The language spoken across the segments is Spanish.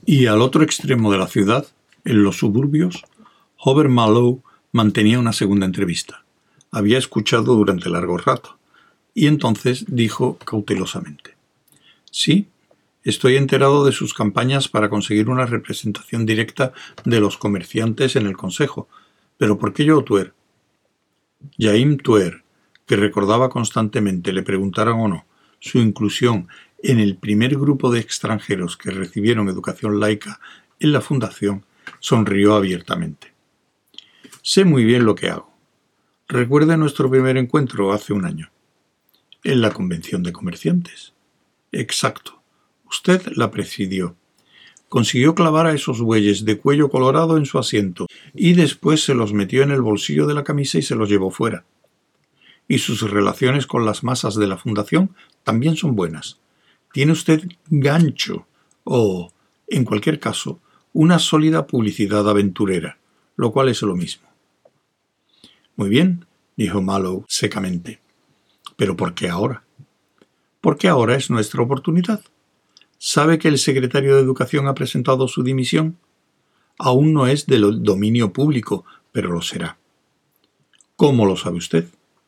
Y al otro extremo de la ciudad, en los suburbios, Hobart Mallow mantenía una segunda entrevista. Había escuchado durante largo rato, y entonces dijo cautelosamente: «Sí, estoy enterado de sus campañas para conseguir una representación directa de los comerciantes en el Consejo. ¿Pero por qué yo, Tuer?» Jaime Tuer, que recordaba constantemente, le preguntaran o no, su inclusión en el primer grupo de extranjeros que recibieron educación laica en la fundación, sonrió abiertamente. «Sé muy bien lo que hago. Recuerde nuestro primer encuentro hace un año. En la convención de comerciantes». «Exacto. Usted la presidió. Consiguió clavar a esos bueyes de cuello colorado en su asiento y después se los metió en el bolsillo de la camisa y se los llevó fuera. Y sus relaciones con las masas de la fundación también son buenas. Tiene usted gancho o, en cualquier caso, una sólida publicidad aventurera, lo cual es lo mismo». «Muy bien», dijo Mallow secamente. «¿Pero por qué ahora?» «Porque ahora es nuestra oportunidad. ¿Sabe que el secretario de Educación ha presentado su dimisión? Aún no es del dominio público, pero lo será». «¿Cómo lo sabe usted?»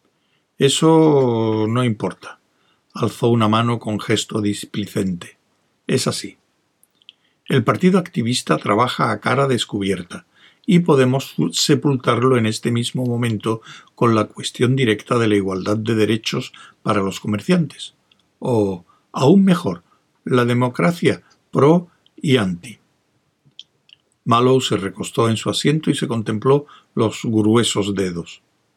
«Eso no importa», alzó una mano con gesto displicente. «Es así. El partido activista trabaja a cara descubierta y podemos sepultarlo en este mismo momento con la cuestión directa de la igualdad de derechos para los comerciantes. O, aún mejor, la democracia pro y anti». Mallow se recostó en su asiento y se contempló los gruesos dedos.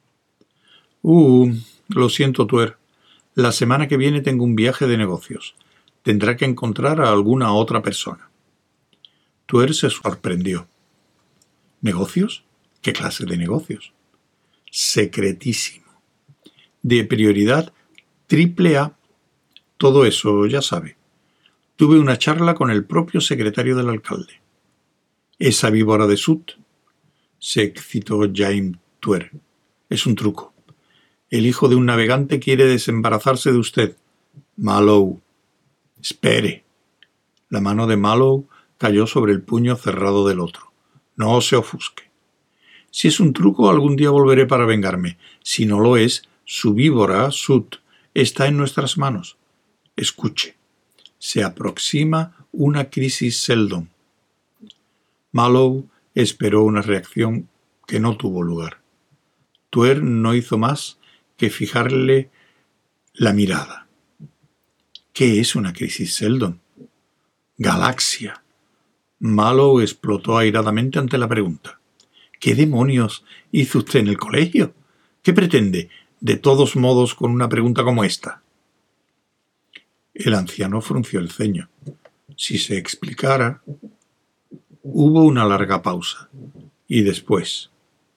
Lo siento, Tuer. La semana que viene tengo un viaje de negocios. Tendrá que encontrar a alguna otra persona». Tuer se sorprendió. «¿Negocios? ¿Qué clase de negocios?» «Secretísimo. De prioridad AAA. Todo eso ya sabe. Tuve una charla con el propio secretario del alcalde». «¿Esa víbora de Sut?» se excitó Jaime Tuer. «Es un truco. El hijo de un navegante quiere desembarazarse de usted. Mallow». «Espere». La mano de Mallow cayó sobre el puño cerrado del otro. «No se ofusque. Si es un truco, algún día volveré para vengarme. Si no lo es, su víbora, Sut, está en nuestras manos. Escuche. Se aproxima una crisis Seldon». Mallow esperó una reacción que no tuvo lugar. Tuer no hizo más que fijarle la mirada. «¿Qué es una crisis Seldon?» «Galaxia». Mallow explotó airadamente ante la pregunta. «¿Qué demonios hizo usted en el colegio? ¿Qué pretende, de todos modos, con una pregunta como esta?» El anciano frunció el ceño. «Si se explicara». Hubo una larga pausa. Y después: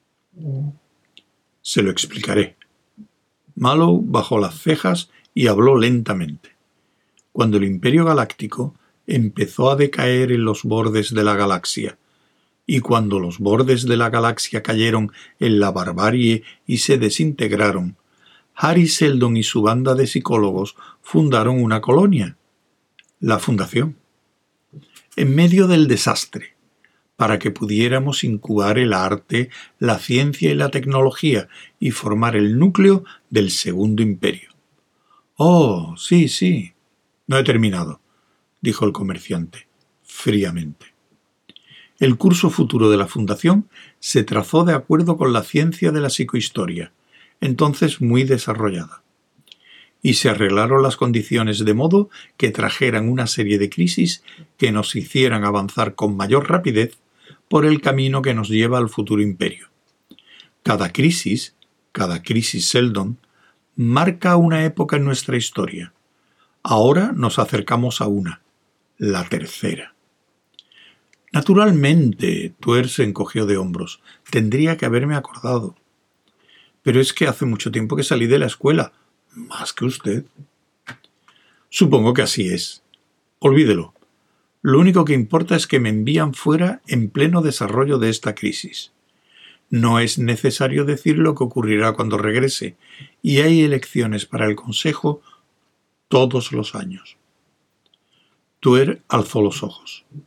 «Se lo explicaré». Mallow bajó las cejas y habló lentamente. Cuando el Imperio Galáctico empezó a decaer en los bordes de la galaxia, y cuando los bordes de la galaxia cayeron en la barbarie y se desintegraron, Hari Seldon y su banda de psicólogos fundaron una colonia, la Fundación, en medio del desastre, para que pudiéramos incubar el arte, la ciencia y la tecnología y formar el núcleo del Segundo Imperio. «Oh, sí. No he terminado», dijo el comerciante, fríamente. «El curso futuro de la Fundación se trazó de acuerdo con la ciencia de la psicohistoria, entonces muy desarrollada, y se arreglaron las condiciones de modo que trajeran una serie de crisis que nos hicieran avanzar con mayor rapidez por el camino que nos lleva al futuro imperio. Cada crisis Seldon, marca una época en nuestra historia. Ahora nos acercamos a una, la tercera». «Naturalmente», Tuer se encogió de hombros. «Tendría que haberme acordado. Pero es que hace mucho tiempo que salí de la escuela. Más que usted». «Supongo que así es. Olvídelo. Lo único que importa es que me envían fuera en pleno desarrollo de esta crisis. No es necesario decir lo que ocurrirá cuando regrese, y hay elecciones para el Consejo todos los años». Tuer alzó los ojos.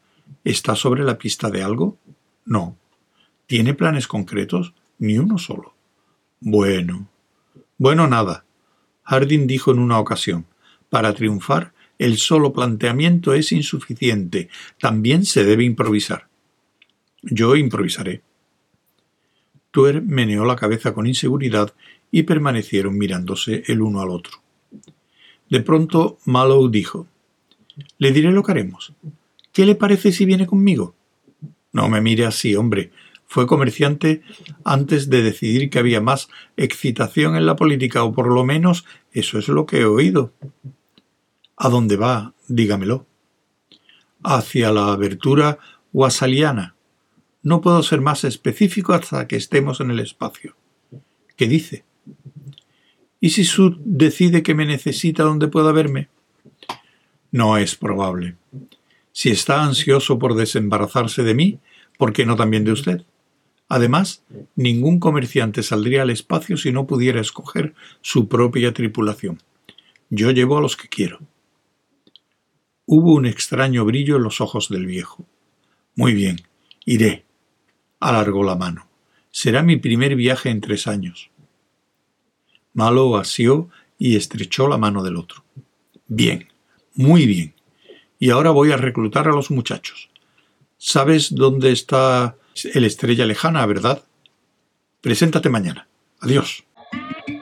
¿Está sobre la pista de algo? No. ¿Tiene planes concretos? Ni uno solo. Bueno, nada. Harding dijo en una ocasión, para triunfar, el solo planteamiento es insuficiente. También se debe improvisar. Yo improvisaré. Tuer meneó la cabeza con inseguridad y permanecieron mirándose el uno al otro. De pronto Mallow dijo, «Le diré lo que haremos. ¿Qué le parece si viene conmigo?» «No me mire así, hombre. Fue comerciante antes de decidir que había más excitación en la política, o por lo menos eso es lo que he oído». «¿A dónde va? Dígamelo». «Hacia la abertura wassaliana. No puedo ser más específico hasta que estemos en el espacio». «¿Qué dice?» «¿Y si Sud decide que me necesita donde pueda verme?» «No es probable. Si está ansioso por desembarazarse de mí, ¿por qué no también de usted? Además, ningún comerciante saldría al espacio si no pudiera escoger su propia tripulación. Yo llevo a los que quiero». Hubo un extraño brillo en los ojos del viejo. «Muy bien, iré». Alargó la mano. «Será mi primer viaje en 3 años». Mallow asió y estrechó la mano del otro. «Bien, muy bien. Y ahora voy a reclutar a los muchachos. ¿Sabes dónde está el Estrella Lejana, verdad? Preséntate mañana. Adiós».